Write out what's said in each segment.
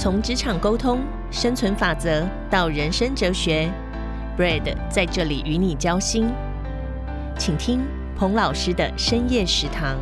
从职场沟通、生存法则到人生哲学， Brad 在这里与你交心。请听彭老师的深夜食堂。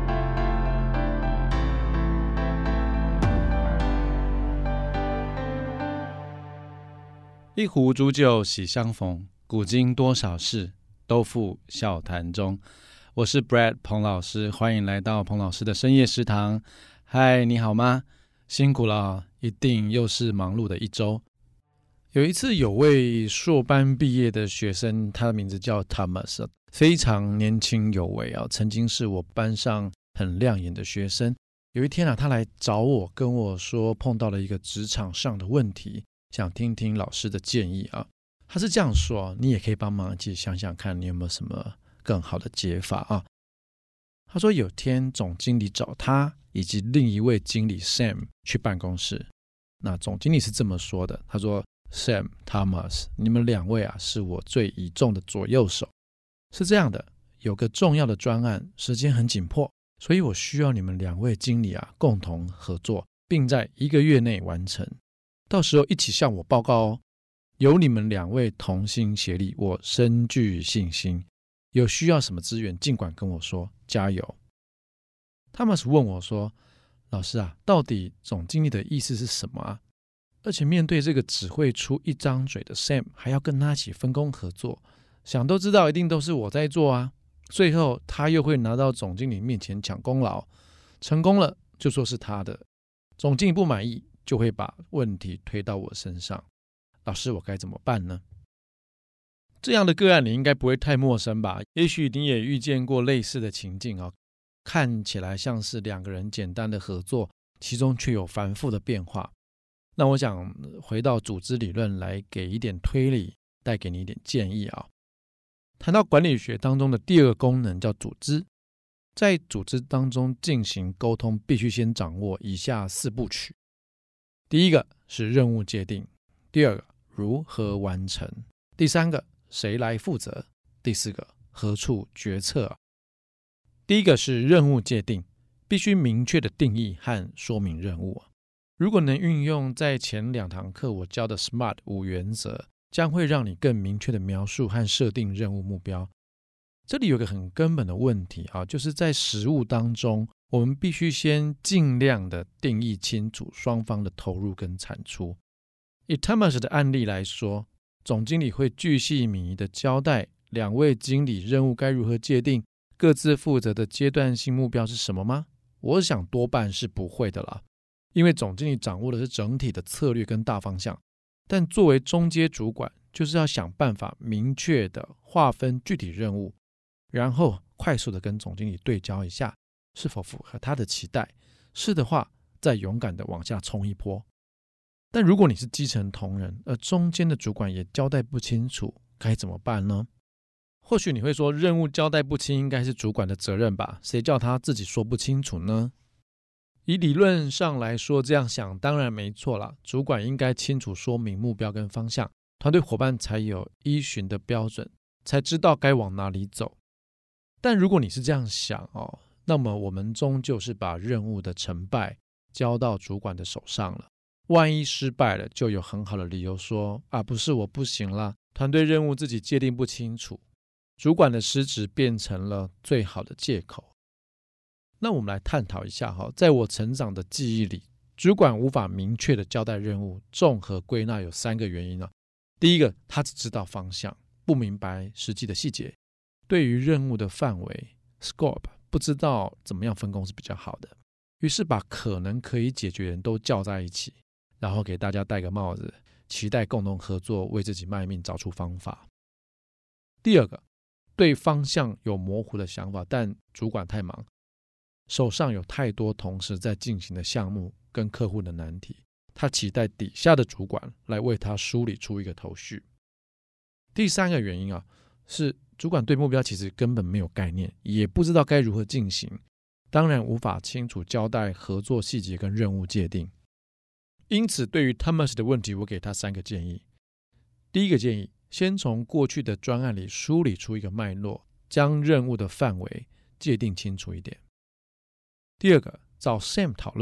一壶浊酒喜相逢，古今多少事，都付笑谈中。我是 Brad 彭老师，欢迎来到彭老师的深夜食堂。嗨，你好吗？辛苦了，一定又是忙碌的一周。有一次，有位硕班毕业的学生，他的名字叫 Thomas， 非常年轻有为啊，曾经是我班上很亮眼的学生。有一天啊，他来找我，跟我说碰到了一个职场上的问题，想听听老师的建议啊。他是这样说，你也可以帮忙一起想想看，你有没有什么更好的解法啊？他说有天总经理找他以及另一位经理 Sam 去办公室，那总经理是这么说的，他说 Sam Thomas， 你们两位啊是我最倚重的左右手。是这样的，有个重要的专案，时间很紧迫，所以我需要你们两位经理啊共同合作，并在1个月内完成。到时候一起向我报告哦。有你们两位同心协力，我深具信心。有需要什么资源，尽管跟我说，加油。Thomas 问我说：“老师啊，到底总经理的意思是什么啊？而且面对这个只会出一张嘴的 Sam， 还要跟他一起分工合作，想都知道一定都是我在做啊。最后他又会拿到总经理面前抢功劳，成功了就说是他的，总经理不满意就会把问题推到我身上。老师，我该怎么办呢？”这样的个案你应该不会太陌生吧？也许你也遇见过类似的情境啊，看起来像是2个人简单的合作，其中却有繁复的变化。那我想回到组织理论来给一点推理，带给你一点建议啊。谈到管理学当中的第2个功能叫组织，在组织当中进行沟通，必须先掌握以下4部曲。第1个是任务界定，第2个如何完成，第3个谁来负责，第4个何处决策。第1个是任务界定，必须明确的定义和说明任务。如果能运用在前2堂课我教的 SMART 5原则，将会让你更明确的描述和设定任务目标。这里有个很根本的问题啊，就是在实务当中，我们必须先尽量的定义清楚双方的投入跟产出。以 Thomas 的案例来说，总经理会巨细靡遗的交代2位经理任务该如何界定，各自负责的阶段性目标是什么吗？我想多半是不会的啦，因为总经理掌握的是整体的策略跟大方向，但作为中阶主管，就是要想办法明确的划分具体任务，然后快速的跟总经理对焦一下，是否符合他的期待，是的话，再勇敢的往下冲一波。但如果你是基层同仁，而中间的主管也交代不清楚，该怎么办呢？或许你会说，任务交代不清应该是主管的责任吧，谁叫他自己说不清楚呢？以理论上来说，这样想当然没错啦，主管应该清楚说明目标跟方向，团队伙伴才有依循的标准，才知道该往哪里走。但如果你是这样想哦，那么我们终究是把任务的成败交到主管的手上了。万一失败了，就有很好的理由说啊，不是我不行啦，团队任务自己界定不清楚，主管的失职变成了最好的借口。那我们来探讨一下在我成长的记忆里，主管无法明确的交代任务，综合归纳有3个原因。第1个，他只知道方向，不明白实际的细节，对于任务的范围 scope 不知道怎么样分工是比较好的，于是把可能可以解决人都叫在一起，然后给大家戴个帽子，期待共同合作，为自己卖命找出方法。第2个，对方向有模糊的想法，但主管太忙，手上有太多同时在进行的项目跟客户的难题，他期待底下的主管来为他梳理出一个头绪。第3个原因是主管对目标其实根本没有概念，也不知道该如何进行，当然无法清楚交代合作细节跟任务界定。因此对于 Thomas 的问题，我给他3个建议。第1个建议，先从过去的专案里梳理出一个脉络，将任务的范围界定清楚一点。第2个，找 Sam 讨论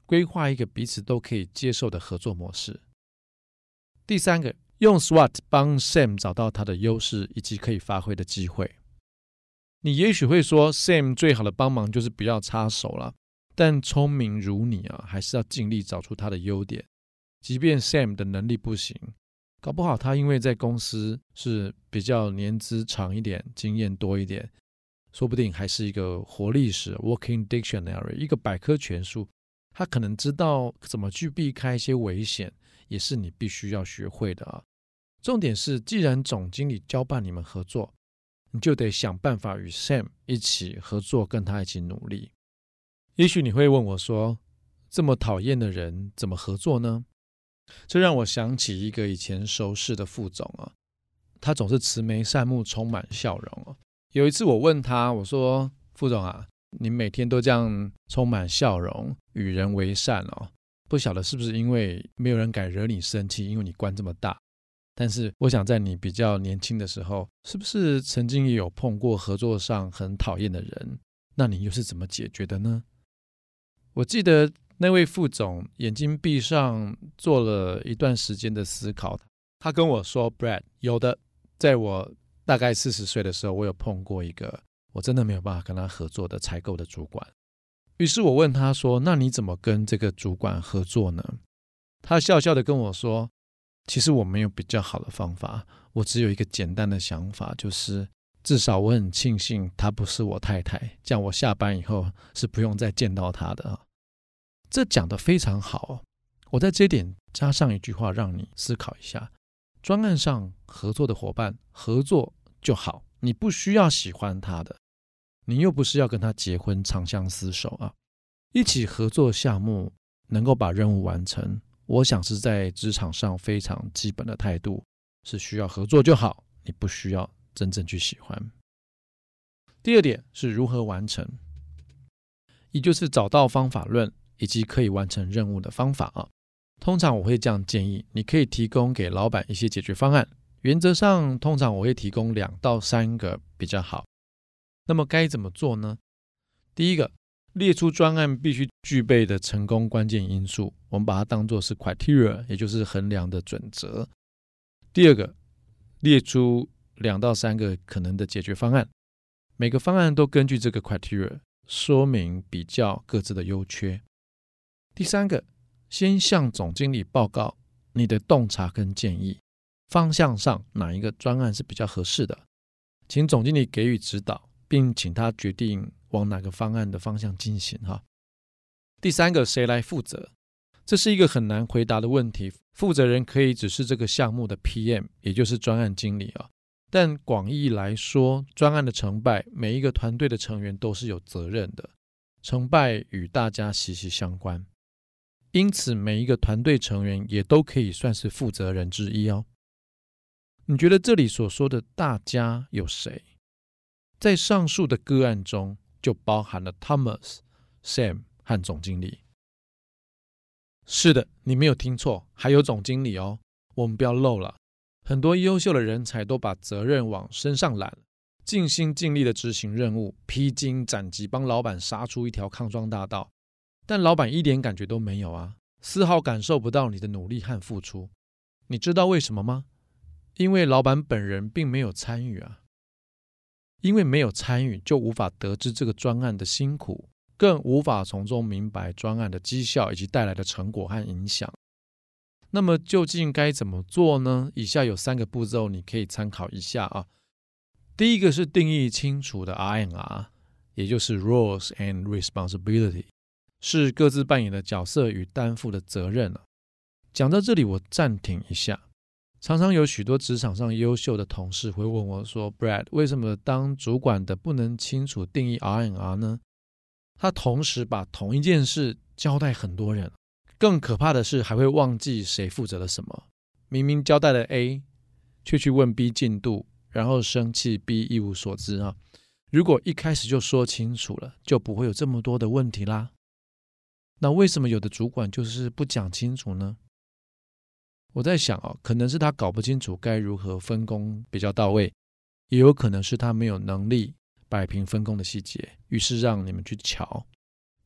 规划一个彼此都可以接受的合作模式。第三个，用 SWOT 帮 Sam 找到他的优势以及可以发挥的机会。你也许会说 Sam 最好的帮忙就是不要插手了，但聪明如你还是要尽力找出他的优点。即便 Sam 的能力不行，搞不好他因为在公司是比较年资长一点，经验多一点，说不定还是一个活历史 Walking Dictionary 一个百科全书，他可能知道怎么去避开一些危险，也是你必须要学会的重点是，既然总经理交办你们合作，你就得想办法与 Sam 一起合作，跟他一起努力。也许你会问我说，这么讨厌的人怎么合作呢？这让我想起一个以前熟识的副总他总是慈眉善目，充满笑容有一次我问他，我说副总你每天都这样充满笑容，与人为善不晓得是不是因为没有人敢惹你生气，因为你官这么大。但是我想在你比较年轻的时候，是不是曾经也有碰过合作上很讨厌的人？那你又是怎么解决的呢？我记得那位副总眼睛闭上，做了一段时间的思考。他跟我说 Brad， 有的，在我大概40岁的时候，我有碰过一个我真的没有办法跟他合作的采购的主管。于是我问他说，那你怎么跟这个主管合作呢？他笑笑的跟我说，其实我没有比较好的方法，我只有一个简单的想法，就是至少我很庆幸她不是我太太，这样我下班以后是不用再见到她的这讲得非常好我在这点加上一句话让你思考一下，专案上合作的伙伴合作就好，你不需要喜欢他的，你又不是要跟他结婚长相厮守一起合作项目能够把任务完成，我想是在职场上非常基本的态度，是需要合作就好，你不需要真正去喜欢。第二点是如何完成，也就是找到方法论以及可以完成任务的方法通常我会这样建议，你可以提供给老板一些解决方案，原则上通常我会提供2到3个比较好。那么该怎么做呢？第一个，列出专案必须具备的成功关键因素，我们把它当作是 criteria， 也就是衡量的准则。第二个，列出2到3个可能的解决方案，每个方案都根据这个 criteria 说明比较各自的优缺。第三个，先向总经理报告你的洞察跟建议，方向上哪一个专案是比较合适的，请总经理给予指导，并请他决定往哪个方案的方向进行第三个，谁来负责？这是一个很难回答的问题，负责人可以只是这个项目的 PM， 也就是专案经理但广义来说，专案的成败，每一个团队的成员都是有责任的，成败与大家息息相关，因此每一个团队成员也都可以算是负责人之一你觉得这里所说的大家有谁？在上述的个案中就包含了 Thomas、Sam 和总经理。是的，你没有听错，还有总经理我们不要漏了，很多优秀的人才都把责任往身上揽，尽心尽力的执行任务，披荆斩棘，帮老板杀出一条康庄大道，但老板一点感觉都没有丝毫感受不到你的努力和付出。你知道为什么吗？因为老板本人并没有参与因为没有参与，就无法得知这个专案的辛苦，更无法从中明白专案的绩效以及带来的成果和影响。那么究竟该怎么做呢？以下有3个步骤你可以参考一下第一个是定义清楚的 R&R， 也就是 Roles and Responsibility， 是各自扮演的角色与担负的责任讲到这里我暂停一下，常常有许多职场上优秀的同事会问我说 Brad， 为什么当主管的不能清楚定义 R&R 呢？他同时把同一件事交代很多人，更可怕的是还会忘记谁负责了什么，明明交代了 A 却去问 B 进度，然后生气 B 一无所知如果一开始就说清楚了，就不会有这么多的问题啦。那为什么有的主管就是不讲清楚呢？我在想可能是他搞不清楚该如何分工比较到位，也有可能是他没有能力摆平分工的细节，于是让你们去瞧。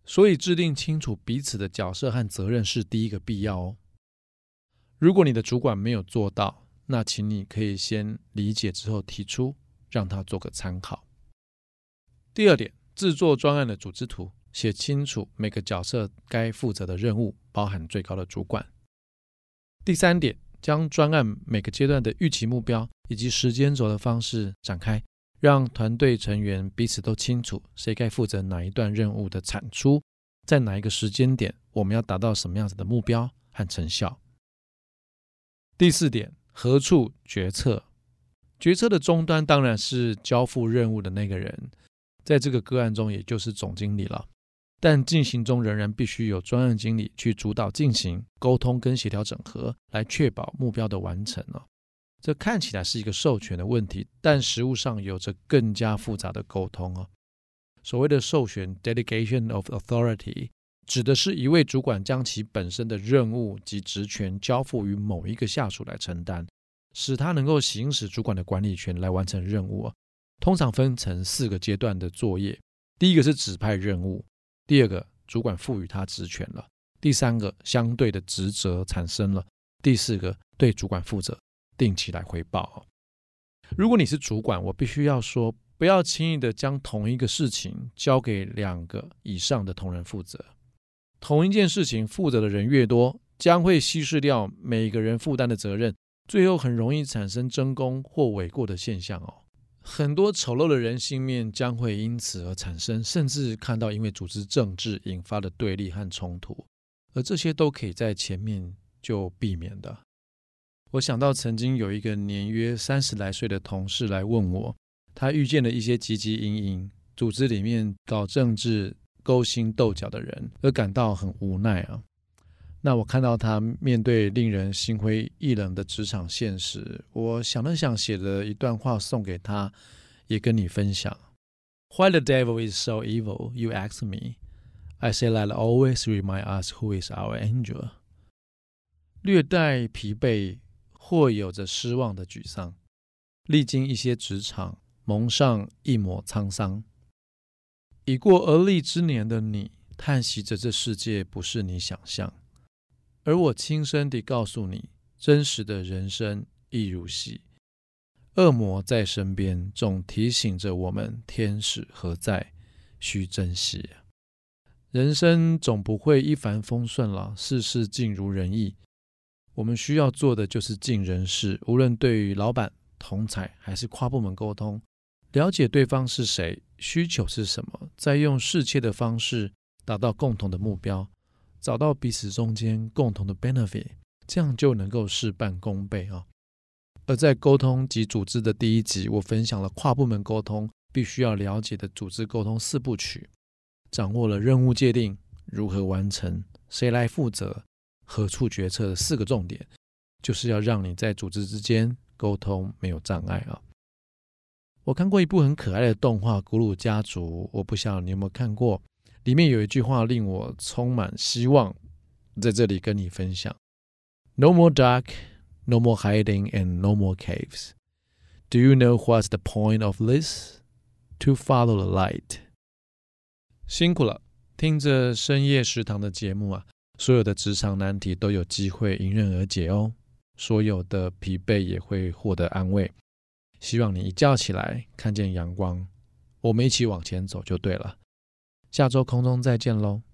所以制定清楚彼此的角色和责任是第一个必要哦。如果你的主管没有做到，那请你可以先理解之后提出，让他做个参考。第二点，制作专案的组织图，写清楚每个角色该负责的任务，包含最高的主管。第三点，将专案每个阶段的预期目标以及时间轴的方式展开，让团队成员彼此都清楚谁该负责哪一段任务的产出，在哪一个时间点我们要达到什么样子的目标和成效。第四点，合处决策。决策的终端当然是交付任务的那个人，在这个个案中也就是总经理了，但进行中仍然必须有专案经理去主导进行沟通跟协调整合，来确保目标的完成。这看起来是一个授权的问题，但实务上有着更加复杂的沟通。所谓的授权 delegation of authority 指的是一位主管将其本身的任务及职权交付于某一个下属来承担，使他能够行使主管的管理权来完成任务。通常分成4个阶段的作业，第一个是指派任务，第二个主管赋予他职权了，第三个相对的职责产生了，第四个对主管负责，定期来回报。如果你是主管，我必须要说，不要轻易的将同一个事情交给2个以上的同仁负责。同一件事情负责的人越多，将会稀释掉每个人负担的责任，最后很容易产生争功或诿过的现象。很多丑陋的人性面将会因此而产生，甚至看到因为组织政治引发的对立和冲突，而这些都可以在前面就避免的。我想到曾经有一个年约30来岁的同事来问我，他遇见了一些汲汲营营组织里面搞政治勾心斗角的人，而感到很无奈。那我看到他面对令人心灰意冷的职场现实，我想了想，写了一段话送给他，也跟你分享。 Why the devil is so evil, you ask me. I say that always remind us who is our angel. 略带疲惫或有着失望的沮丧，历经一些职场，蒙上一抹沧桑。已过而立之年的你，叹息着这世界不是你想象，而我轻声地告诉你，真实的人生亦如戏。恶魔在身边，总提醒着我们天使何在，需珍惜。人生总不会一帆风顺了，事事尽如人意。我们需要做的就是尽人事，无论对于老板、同侪还是跨部门沟通，了解对方是谁，需求是什么，再用适切的方式达到共同的目标，找到彼此中间共同的 benefit， 这样就能够事半功倍。而在沟通及组织的第1集，我分享了跨部门沟通必须要了解的组织沟通4部曲，掌握了任务界定、如何完成、谁来负责、何处决策的4个重点，就是要让你在组织之间沟通没有障碍。我看过一部很可爱的动画《古鲁家族》，我不晓得你有没有看过，里面有一句话令我充满希望，在这里跟你分享。 No more dark, no more hiding, and no more caves. Do you know what's the point of this? To follow the light. 辛苦了，听着深夜食堂的节目所有的职场难题都有机会迎刃而解哦，所有的疲惫也会获得安慰。希望你一觉起来看见阳光，我们一起往前走就对了。下周空中再见咯。